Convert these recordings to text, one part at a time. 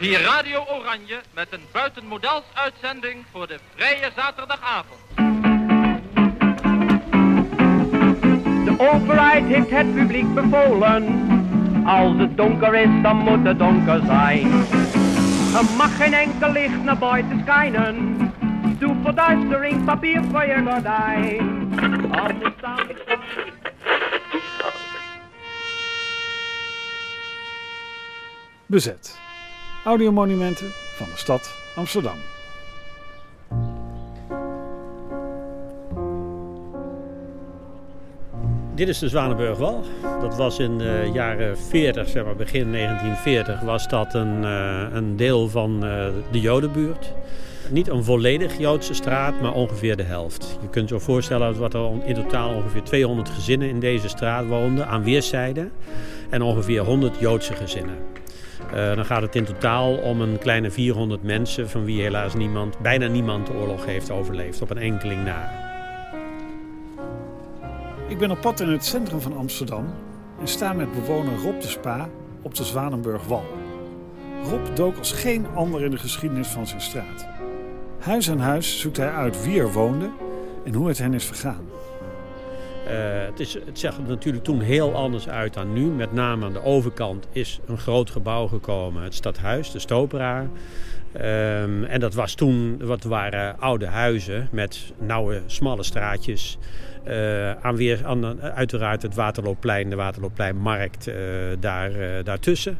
Hier Radio Oranje met een buitenmodels uitzending voor de vrije zaterdagavond. De overheid heeft het publiek bevolen. Als het donker is, dan moet het donker zijn. Er mag geen enkel licht naar buiten schijnen. Doe verduistering, papier voor je gordijn. Anders dan... Bezet. Audiomonumenten van de stad Amsterdam. Dit is de Zwanenburgwal. Dat was in de jaren 40, zeg maar begin 1940, was dat een deel van de Jodenbuurt. Niet een volledig Joodse straat, maar ongeveer de helft. Je kunt je voorstellen dat er in totaal ongeveer 200 gezinnen in deze straat woonden aan weerszijden. En ongeveer 100 Joodse gezinnen. Dan gaat het in totaal om een kleine 400 mensen van wie helaas bijna niemand de oorlog heeft overleefd, op een enkeling na. Ik ben op pad in het centrum van Amsterdam en sta met bewoner Rob de Spa op de Zwanenburgwal. Rob dook als geen ander in de geschiedenis van zijn straat. Huis aan huis zoekt hij uit wie er woonde en hoe het hen is vergaan. Het zag er natuurlijk toen heel anders uit dan nu. Met name aan de overkant is een groot gebouw gekomen, het stadhuis, de Stopera. En dat was toen, waren oude huizen met nauwe, smalle straatjes. Uiteraard het Waterloopplein, de Waterlooppleinmarkt daartussen.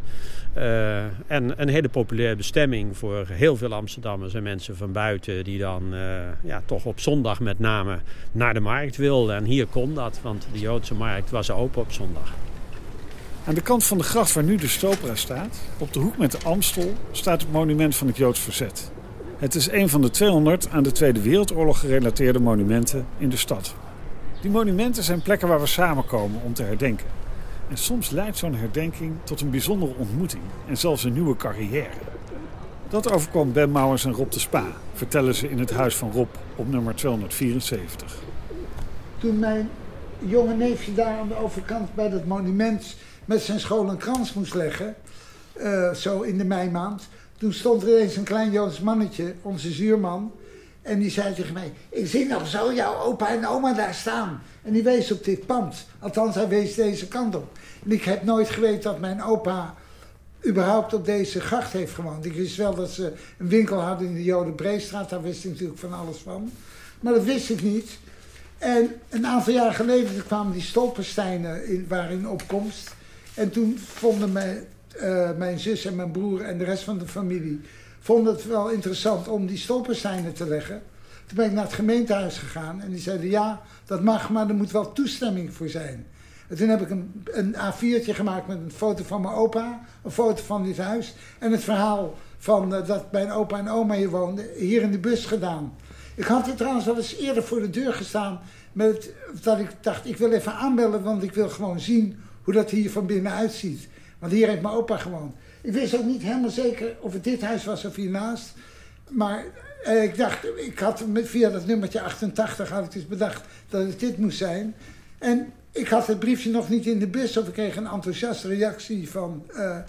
En een hele populaire bestemming voor heel veel Amsterdammers en mensen van buiten die dan toch op zondag met name naar de markt wilden. En hier kon dat, want de Joodse markt was open op zondag. Aan de kant van de gracht waar nu de Stopera staat, op de hoek met de Amstel, staat het monument van het Joods verzet. Het is een van de 200 aan de Tweede Wereldoorlog gerelateerde monumenten in de stad. Die monumenten zijn plekken waar we samenkomen om te herdenken. En soms leidt zo'n herdenking tot een bijzondere ontmoeting en zelfs een nieuwe carrière. Dat overkwam Ben Mouwers en Rob de Spa, vertellen ze in het huis van Rob op nummer 274. Toen mijn jonge neefje daar aan de overkant bij dat monument met zijn school een krans moest leggen, zo in de meimaand, toen stond er ineens een klein Joods mannetje, onze zuurman, en die zei tegen mij: ik zie nog zo jouw opa en oma daar staan. En die wees op dit pand. Althans, hij wees deze kant op. En ik heb nooit geweten dat mijn opa überhaupt op deze gracht heeft gewoond. Ik wist wel dat ze een winkel hadden in de Jodenbreestraat. Daar wist ik natuurlijk van alles van. Maar dat wist ik niet. En een aantal jaar geleden kwamen die stolpersteinen waren in opkomst. En toen vonden mijn zus en mijn broer en de rest van de familie vonden het wel interessant om die stolpersteinen te leggen. Toen ben ik naar het gemeentehuis gegaan en die zeiden: ja, dat mag, maar er moet wel toestemming voor zijn. En toen heb ik een A4'tje gemaakt met een foto van mijn opa, een foto van dit huis en het verhaal van dat mijn opa en oma hier woonden, hier in de bus gedaan. Ik had er trouwens wel eens eerder voor de deur gestaan dat ik dacht: ik wil even aanbellen, want ik wil gewoon zien hoe dat hier van binnen uitziet. Want hier heeft mijn opa gewoond. Ik wist ook niet helemaal zeker of het dit huis was of hiernaast. Maar ik dacht, ik had via dat nummertje 88 had ik dus bedacht dat het dit moest zijn. En ik had het briefje nog niet in de bus of ik kreeg een enthousiaste reactie van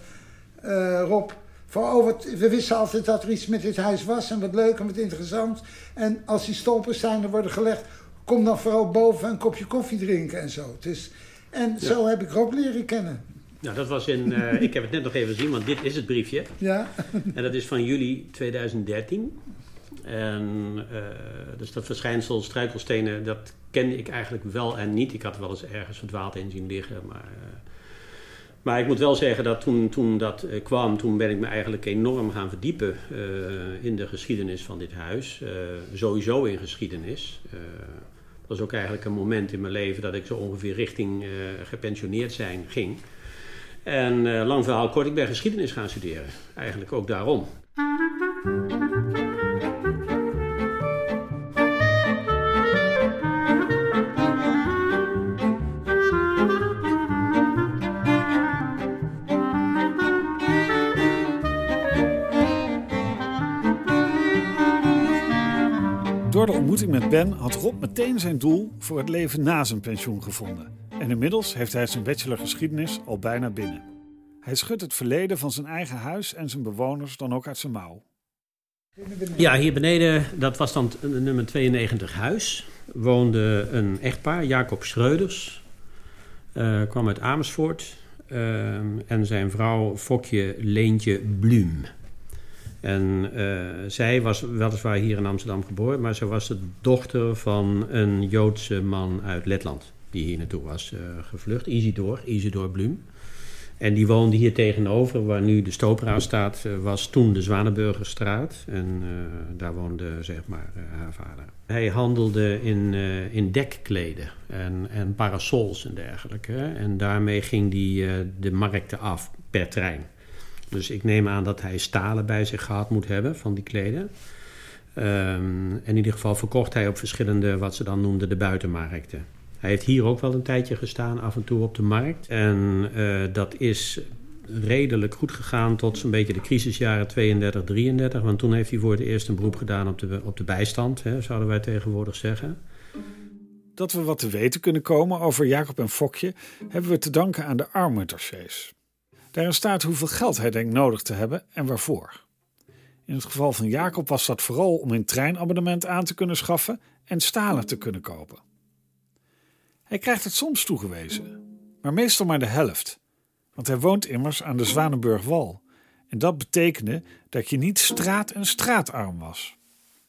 Rob. Van, we wisten altijd dat er iets met dit huis was en wat leuk en wat interessant. En als die stolpersteinen worden gelegd, kom dan vooral boven een kopje koffie drinken en zo. Dus, zo heb ik Rob leren kennen. Nou, dat was ik heb het net nog even gezien, want dit is het briefje. Ja. En dat is van juli 2013. En dus dat verschijnsel struikelstenen, dat kende ik eigenlijk wel en niet. Ik had wel eens ergens verdwaald in zien liggen. Maar ik moet wel zeggen dat toen dat kwam, toen ben ik me eigenlijk enorm gaan verdiepen in de geschiedenis van dit huis. Sowieso in geschiedenis. Dat was ook eigenlijk een moment in mijn leven dat ik zo ongeveer richting gepensioneerd zijn ging. En lang verhaal kort, ik ben geschiedenis gaan studeren. Eigenlijk ook daarom. Door de ontmoeting met Ben had Rob meteen zijn doel voor het leven na zijn pensioen gevonden. En inmiddels heeft hij zijn bachelor geschiedenis al bijna binnen. Hij schudt het verleden van zijn eigen huis en zijn bewoners dan ook uit zijn mouw. Ja, hier beneden, dat was dan nummer 92 huis, woonde een echtpaar, Jacob Schreuders. Kwam uit Amersfoort. En zijn vrouw Fokje Leentje Blum. En zij was weliswaar hier in Amsterdam geboren, maar ze was de dochter van een Joodse man uit Letland, die hier naartoe was gevlucht, Isidor Blum. En die woonde hier tegenover, waar nu de Stopera staat, was toen de Zwanenburgerstraat. En daar woonde, zeg maar, haar vader. Hij handelde in dekkleden en parasols en dergelijke. En daarmee ging hij de markten af per trein. Dus ik neem aan dat hij stalen bij zich gehad moet hebben van die kleden. In ieder geval verkocht hij op verschillende, wat ze dan noemden, de buitenmarkten. Hij heeft hier ook wel een tijdje gestaan, af en toe op de markt. En dat is redelijk goed gegaan tot zo'n beetje de crisisjaren 32, 33. Want toen heeft hij voor het eerst een beroep gedaan op de bijstand, zouden wij tegenwoordig zeggen. Dat we wat te weten kunnen komen over Jacob en Fokje hebben we te danken aan de armoedossiers. Daarin staat hoeveel geld hij denkt nodig te hebben en waarvoor. In het geval van Jacob was dat vooral om een treinabonnement aan te kunnen schaffen en stalen te kunnen kopen. Hij krijgt het soms toegewezen, maar meestal maar de helft. Want hij woont immers aan de Zwanenburgwal. En dat betekende dat je niet straat en straatarm was.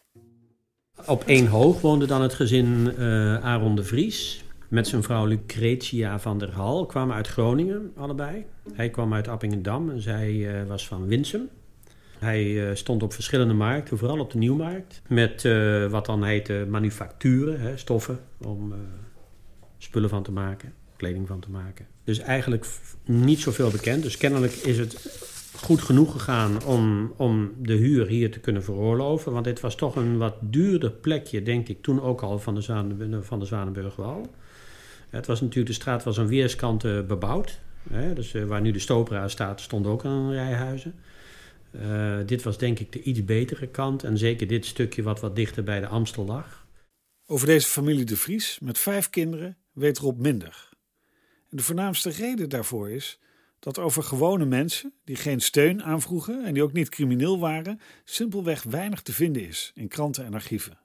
Op één hoog woonde dan het gezin Aaron de Vries. Met zijn vrouw Lucretia van der Hal. Kwamen uit Groningen, allebei. Hij kwam uit Appingedam en zij was van Winsum. Hij stond op verschillende markten, vooral op de Nieuwmarkt. Met wat dan heette manufacturen, stoffen om spullen van te maken, kleding van te maken. Dus eigenlijk niet zoveel bekend. Dus kennelijk is het goed genoeg gegaan om de huur hier te kunnen veroorloven. Want dit was toch een wat duurder plekje, denk ik, toen ook al van de Zwanenburgwal. Het was natuurlijk, de straat was aan weerskanten bebouwd. Dus waar nu de Stopera staat, stond ook een rij huizen. Dit was denk ik de iets betere kant. En zeker dit stukje wat dichter bij de Amstel lag. Over deze familie de Vries met 5 kinderen weet Rob minder. En de voornaamste reden daarvoor is dat over gewone mensen die geen steun aanvroegen en die ook niet crimineel waren, simpelweg weinig te vinden is in kranten en archieven.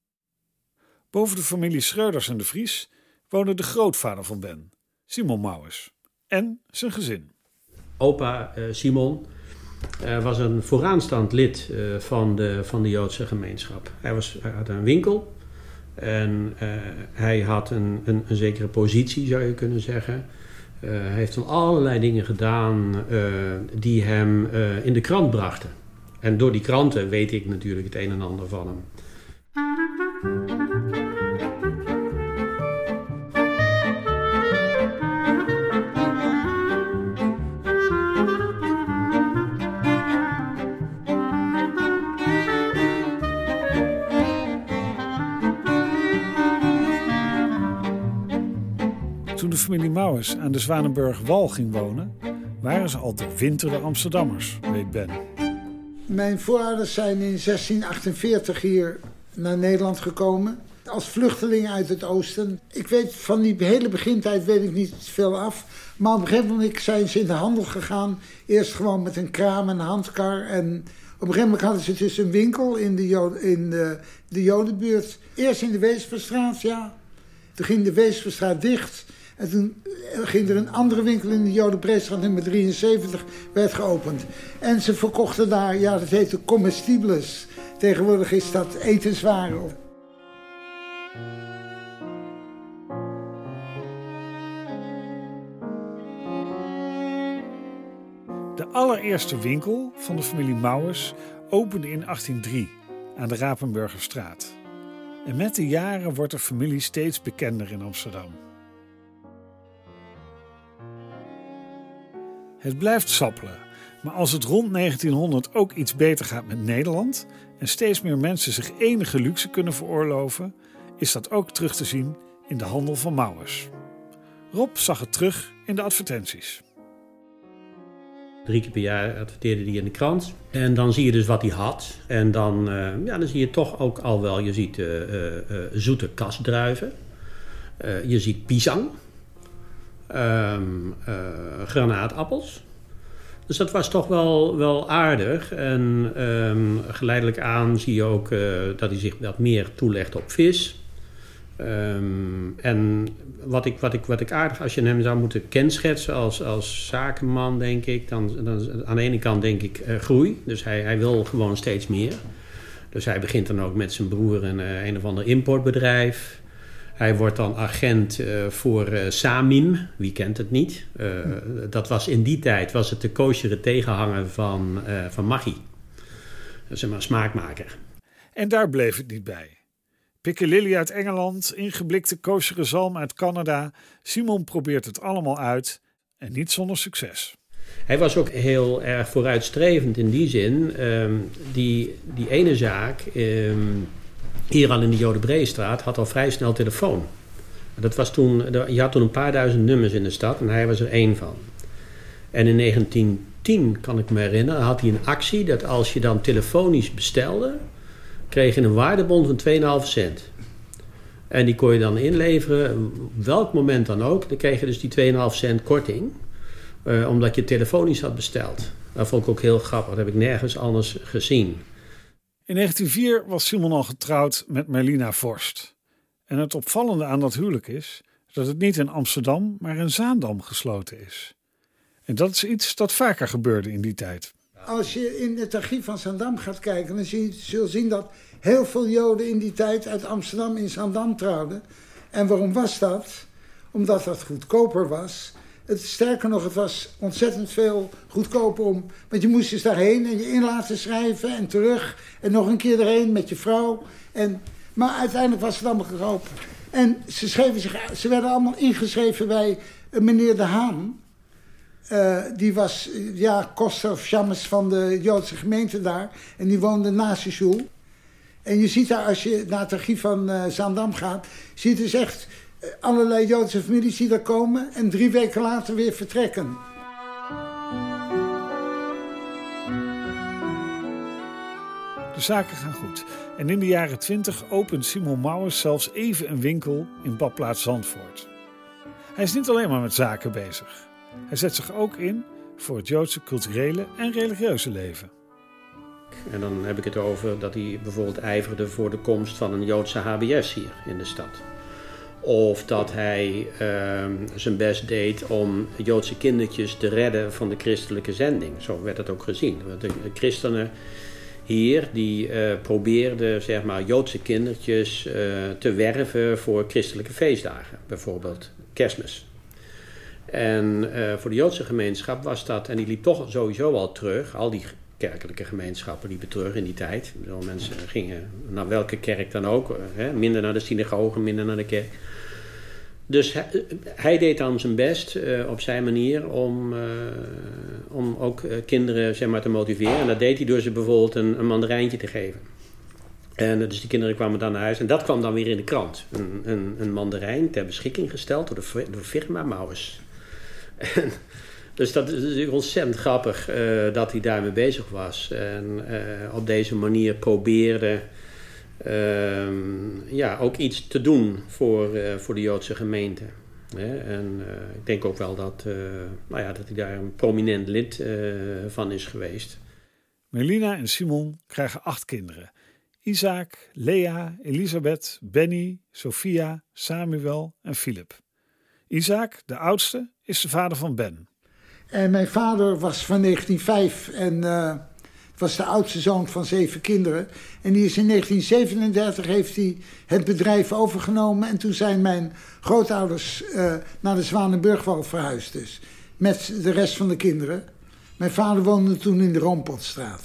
Boven de familie Schreuders en de Vries woonde de grootvader van Ben, Simon Mouwes, en zijn gezin. Opa Simon was een vooraanstaand lid van de Joodse gemeenschap. Hij had een winkel en hij had een zekere positie, zou je kunnen zeggen. Hij heeft van allerlei dingen gedaan die hem in de krant brachten. En door die kranten weet ik natuurlijk het een en ander van hem. Toen de familie Mouwes aan de Zwanenburgwal ging wonen, waren ze al de winterde Amsterdammers, weet Ben. Mijn voorouders zijn in 1648 hier naar Nederland gekomen. Als vluchtelingen uit het oosten. Ik weet van die hele begintijd weet ik niet veel af. Maar op een gegeven moment zijn ze in de handel gegaan. Eerst gewoon met een kraam en een handkar. En op een gegeven moment hadden ze dus een winkel in de Jodenbuurt. Eerst in de Weesperstraat, ja. Toen ging de Weesperstraat dicht. En toen ging er een andere winkel in de Jodenbreestraat, nummer 73, werd geopend. En ze verkochten daar, ja, dat heette comestibles. Tegenwoordig is dat etenswaren. De allereerste winkel van de familie Mouwes opende in 1803 aan de Rapenburgerstraat. En met de jaren wordt de familie steeds bekender in Amsterdam. Het blijft sappelen, maar als het rond 1900 ook iets beter gaat met Nederland en steeds meer mensen zich enige luxe kunnen veroorloven, is dat ook terug te zien in de handel van Mouwes. Rob zag het terug in de advertenties. 3 keer per jaar adverteerde hij in de krant. En dan zie je dus wat hij had. En dan zie je toch ook al wel, je ziet zoete kasdruiven. Je ziet pisang. Granaatappels. Dus dat was toch wel aardig. En geleidelijk aan zie je ook dat hij zich wat meer toelegt op vis. En wat ik aardig, als je hem zou moeten kenschetsen als zakenman, denk ik, dan aan de ene kant denk ik groei. Dus hij wil gewoon steeds meer. Dus hij begint dan ook met zijn broer een of ander importbedrijf. Hij wordt dan agent voor Samim. Wie kent het niet? Dat was in die tijd het de koshere tegenhanger van Maggi. Dat is een smaakmaker. En daar bleef het niet bij. Piccalilli uit Engeland, ingeblikte koshere zalm uit Canada. Simon probeert het allemaal uit en niet zonder succes. Hij was ook heel erg vooruitstrevend in die zin. Die ene zaak, hier al in de Jodenbreestraat, had al vrij snel telefoon. Dat was je had toen een paar duizend nummers in de stad en hij was er één van. En in 1910, kan ik me herinneren, had hij een actie dat als je dan telefonisch bestelde, kreeg je een waardebon van 2,5 cent. En die kon je dan inleveren, op welk moment dan ook. Dan kreeg je dus die 2,5 cent korting, omdat je telefonisch had besteld. Dat vond ik ook heel grappig, dat heb ik nergens anders gezien. In 1904 was Simon al getrouwd met Merlina Vorst. En het opvallende aan dat huwelijk is dat het niet in Amsterdam, maar in Zaandam gesloten is. En dat is iets dat vaker gebeurde in die tijd. Als je in het archief van Zaandam gaat kijken, dan zul je zien dat heel veel Joden in die tijd uit Amsterdam in Zaandam trouwden. En waarom was dat? Omdat dat goedkoper was. Sterker nog, het was ontzettend veel goedkoper want je moest dus daarheen en je in laten schrijven en terug. En nog een keer erheen met je vrouw. Maar uiteindelijk was het allemaal goedkoper. En ze werden allemaal ingeschreven bij meneer De Haan. Die was koster of shamus van de Joodse gemeente daar. En die woonde naast de shul. En je ziet daar, als je naar het archief van Zaandam gaat, zie je dus echt allerlei Joodse families die daar komen en 3 weken later weer vertrekken. De zaken gaan goed. En in de jaren 20 opent Simon Mauwes zelfs even een winkel in badplaats Zandvoort. Hij is niet alleen maar met zaken bezig. Hij zet zich ook in voor het Joodse culturele en religieuze leven. En dan heb ik het over dat hij bijvoorbeeld ijverde voor de komst van een Joodse HBS hier in de stad. Of dat hij zijn best deed om Joodse kindertjes te redden van de christelijke zending. Zo werd het ook gezien. De christenen hier die probeerden zeg maar, Joodse kindertjes te werven voor christelijke feestdagen. Bijvoorbeeld Kerstmis. En voor de Joodse gemeenschap was dat, en die liep toch sowieso al terug, al die kerkelijke gemeenschappen liepen terug in die tijd. Mensen gingen naar welke kerk dan ook, minder naar de synagoge, minder naar de kerk. Dus hij deed dan zijn best op zijn manier om ook kinderen zeg maar, te motiveren. En dat deed hij door ze bijvoorbeeld een mandarijntje te geven. En dus die kinderen kwamen dan naar huis en dat kwam dan weer in de krant. Een mandarijn ter beschikking gesteld door de firma Mauwes. Dus dat is natuurlijk ontzettend grappig dat hij daarmee bezig was. En op deze manier probeerde ook iets te doen voor de Joodse gemeente. En ik denk ook wel dat hij daar een prominent lid van is geweest. Merlina en Simon krijgen 8 kinderen. Isaac, Lea, Elisabeth, Benny, Sophia, Samuel en Philip. Isaac, de oudste, is de vader van Ben. En mijn vader was van 1905 en was de oudste zoon van 7 kinderen. En die is in 1937 heeft hij het bedrijf overgenomen. En toen zijn mijn grootouders naar de Zwanenburgwal verhuisd dus. Met de rest van de kinderen. Mijn vader woonde toen in de Roompotstraat.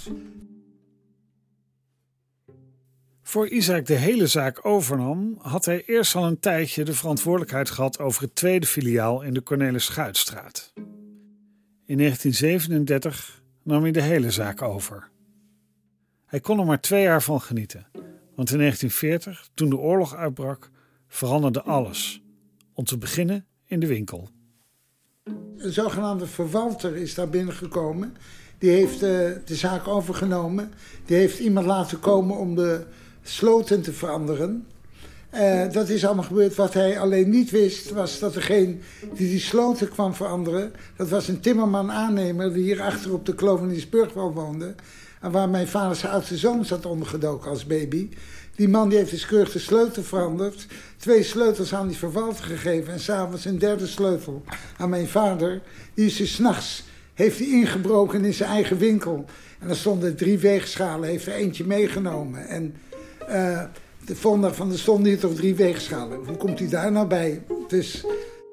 Voor Isaac de hele zaak overnam, had hij eerst al een tijdje de verantwoordelijkheid gehad over het tweede filiaal in de Cornelis Schuitstraat. In 1937 nam hij de hele zaak over. Hij kon er maar 2 jaar van genieten, want in 1940, toen de oorlog uitbrak, veranderde alles. Om te beginnen in de winkel. Een zogenaamde verwalter is daar binnengekomen. Die heeft de zaak overgenomen. Die heeft iemand laten komen om de sloten te veranderen. Dat is allemaal gebeurd. Wat hij alleen niet wist, was dat degene die sloten kwam veranderen. Dat was een timmerman-aannemer die hier achter op de kloof in Liesburg woonde. En waar mijn vader zijn oudste zoon zat ondergedoken als baby. Die man die heeft dus keurig de sleutel veranderd. 2 sleutels aan die verwalter gegeven. En s'avonds een 3e sleutel aan mijn vader. Die is dus 's nachts heeft hij ingebroken in zijn eigen winkel. En er stonden 3 weegschalen, heeft er eentje meegenomen. En de volgende dag er stonden hier toch 3 weegschalen. Hoe komt hij daar nou bij? Dus...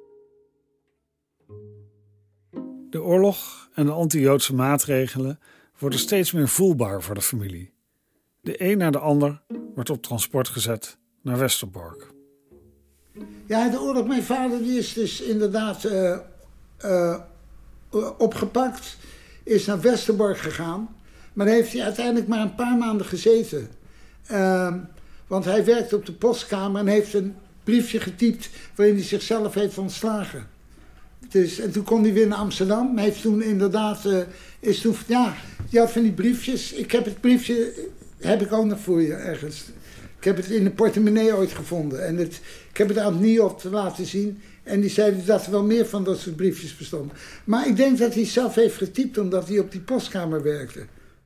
De oorlog en de anti-Joodse maatregelen worden steeds meer voelbaar voor de familie. De een na de ander wordt op transport gezet naar Westerbork. Ja, de oorlog, mijn vader die is dus inderdaad opgepakt. Is naar Westerbork gegaan. Maar daar heeft hij uiteindelijk maar een paar maanden gezeten. Want hij werkte op de postkamer en heeft een briefje getypt waarin hij zichzelf heeft ontslagen. Dus, en toen kon hij weer naar Amsterdam. Hij heeft toen inderdaad, die had van die briefjes. Ik heb het briefje, heb ik ook nog voor je ergens. Ik heb het in de portemonnee ooit gevonden. En ik heb het aan het NIOD laten zien. En die zeiden dat er wel meer van dat soort briefjes bestonden. Maar ik denk dat hij zelf heeft getypt omdat hij op die postkamer werkte.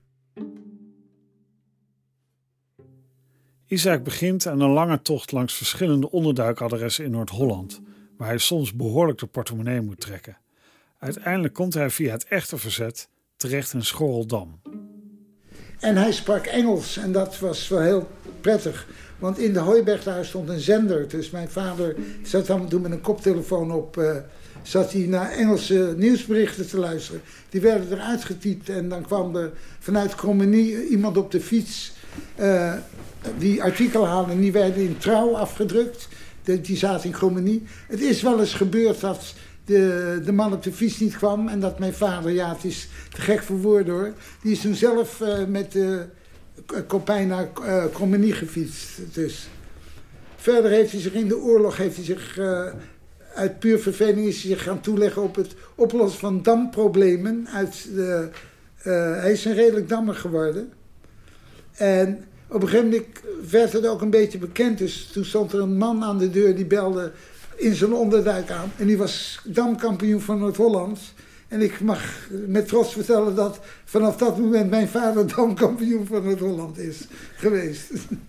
Isaac begint aan een lange tocht langs verschillende onderduikadressen in Noord-Holland, waar hij soms behoorlijk de portemonnee moet trekken. Uiteindelijk komt hij via het echte verzet terecht in Schorreldam. En hij sprak Engels en dat was wel heel prettig. Want in de Hooiberg daar stond een zender. Dus mijn vader zat dan toen met een koptelefoon op... zat hij naar Engelse nieuwsberichten te luisteren. Die werden eruit getypt en dan kwam er vanuit Krommenie iemand op de fiets... die artikel haalde en die werden in Trouw afgedrukt. Die zaten in Krommenie. Het is wel eens gebeurd dat de man op de fiets niet kwam... en dat mijn vader, ja, het is te gek voor woorden hoor... die is toen zelf met de Kopijn naar Krommenie gefietst. Dus. Verder heeft hij zich in de oorlog... uit puur verveling is hij zich gaan toeleggen op het oplossen van damproblemen. Hij is een redelijk dammer geworden. En op een gegeven moment werd het ook een beetje bekend. Dus toen stond er een man aan de deur die belde in zijn onderduik aan. En die was damkampioen van Noord-Holland. En ik mag met trots vertellen dat vanaf dat moment mijn vader damkampioen van Noord-Holland is geweest.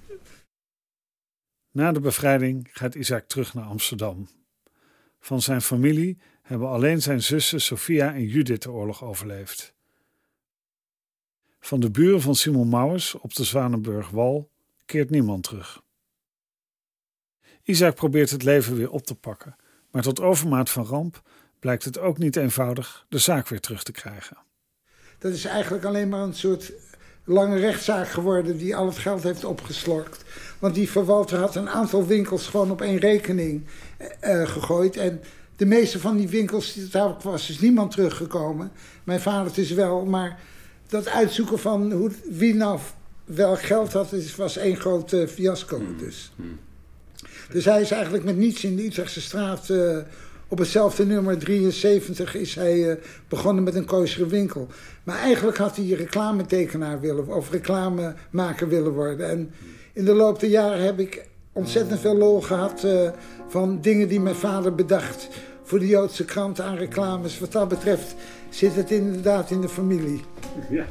Na de bevrijding gaat Isaac terug naar Amsterdam. Van zijn familie hebben alleen zijn zussen Sophia en Judith de oorlog overleefd. Van de buren van Simon Mauwes op de Zwanenburgwal keert niemand terug. Isaac probeert het leven weer op te pakken, maar tot overmaat van ramp blijkt het ook niet eenvoudig de zaak weer terug te krijgen. Dat is eigenlijk alleen maar een soort lange rechtszaak geworden die al het geld heeft opgeslorpt. Want die verwalter had een aantal winkels gewoon op 1 rekening gegooid. En de meeste van die winkels, daar was dus niemand teruggekomen. Mijn vader dus wel, maar dat uitzoeken van wie nou wel geld had, was 1 groot fiasco. Dus hij is eigenlijk met niets in de Utrechtse straat... op hetzelfde nummer 73 is hij begonnen met een koosjere winkel. Maar eigenlijk had hij reclametekenaar of reclamemaker willen worden. En in de loop der jaren heb ik ontzettend veel lol gehad van dingen die mijn vader bedacht voor de Joodse kranten aan reclames. Wat dat betreft zit het inderdaad in de familie. Ja.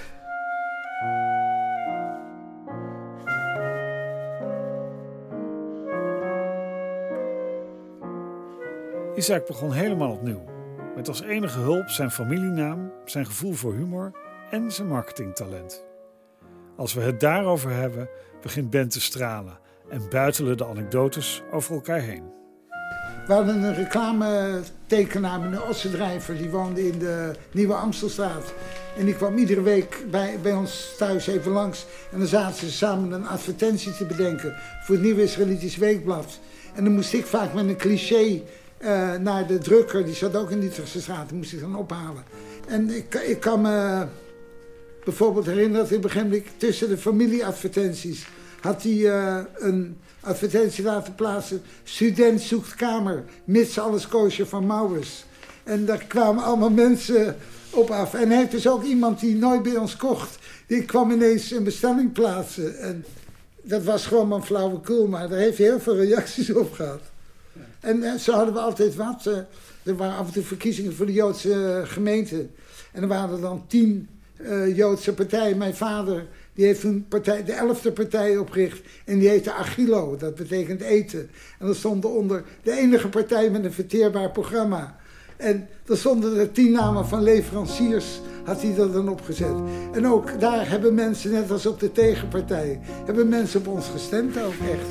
Isaac begon helemaal opnieuw, met als enige hulp zijn familienaam, zijn gevoel voor humor en zijn marketingtalent. Als we het daarover hebben, begint Ben te stralen en buitelen de anekdotes over elkaar heen. We hadden een reclametekenaar, meneer Ossendrijver, die woonde in de Nieuwe Amstelstraat. En die kwam iedere week bij ons thuis even langs. En dan zaten ze samen een advertentie te bedenken voor het Nieuwe Israëlitisch Weekblad. En dan moest ik vaak met een cliché naar de drukker, die zat ook in die Utrechtse straat, die moest ik dan ophalen. En ik kan me bijvoorbeeld herinneren dat in het begin tussen de familieadvertenties had hij een advertentie laten plaatsen: student zoekt kamer, mits alles koosje van Mauwes. En daar kwamen allemaal mensen op af. En hij heeft dus ook iemand die nooit bij ons kocht, die kwam ineens een bestelling plaatsen. En dat was gewoon maar flauwekul, maar daar heeft hij heel veel reacties op gehad. Ja. En zo hadden we altijd wat. Er waren af en toe verkiezingen voor de Joodse gemeente. En er waren er dan 10 Joodse partijen. Mijn vader die heeft een partij, de 11e partij opgericht. En die heette Agilo, dat betekent eten. En er stond onder de enige partij met een verteerbaar programma. En er stonden er 10 namen van leveranciers, had hij er dan opgezet. En ook daar hebben mensen, net als op de tegenpartij, hebben mensen op ons gestemd ook echt.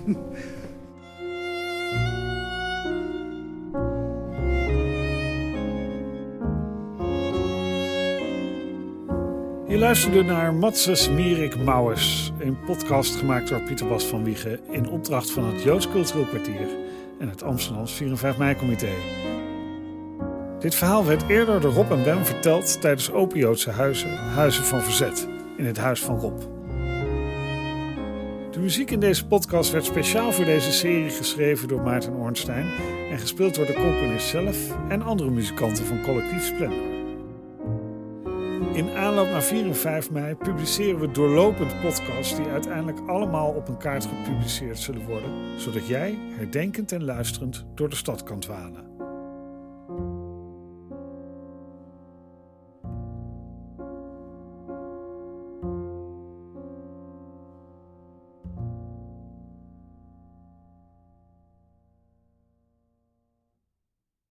Je luisterde naar Matses Mierik Mouwes, een podcast gemaakt door Pieter Bas van Wiegen in opdracht van het Joods Cultureel Kwartier en het Amsterdams 4 en 5 mei-comité. Dit verhaal werd eerder door Rob en Ben verteld tijdens Open Joodse Huizen van Verzet, in het Huis van Rob. De muziek in deze podcast werd speciaal voor deze serie geschreven door Maarten Ornstein en gespeeld door de componist zelf en andere muzikanten van Collectief Splendor. In aanloop naar 4 en 5 mei publiceren we doorlopend podcasts die uiteindelijk allemaal op een kaart gepubliceerd zullen worden, zodat jij herdenkend en luisterend door de stad kan dwalen.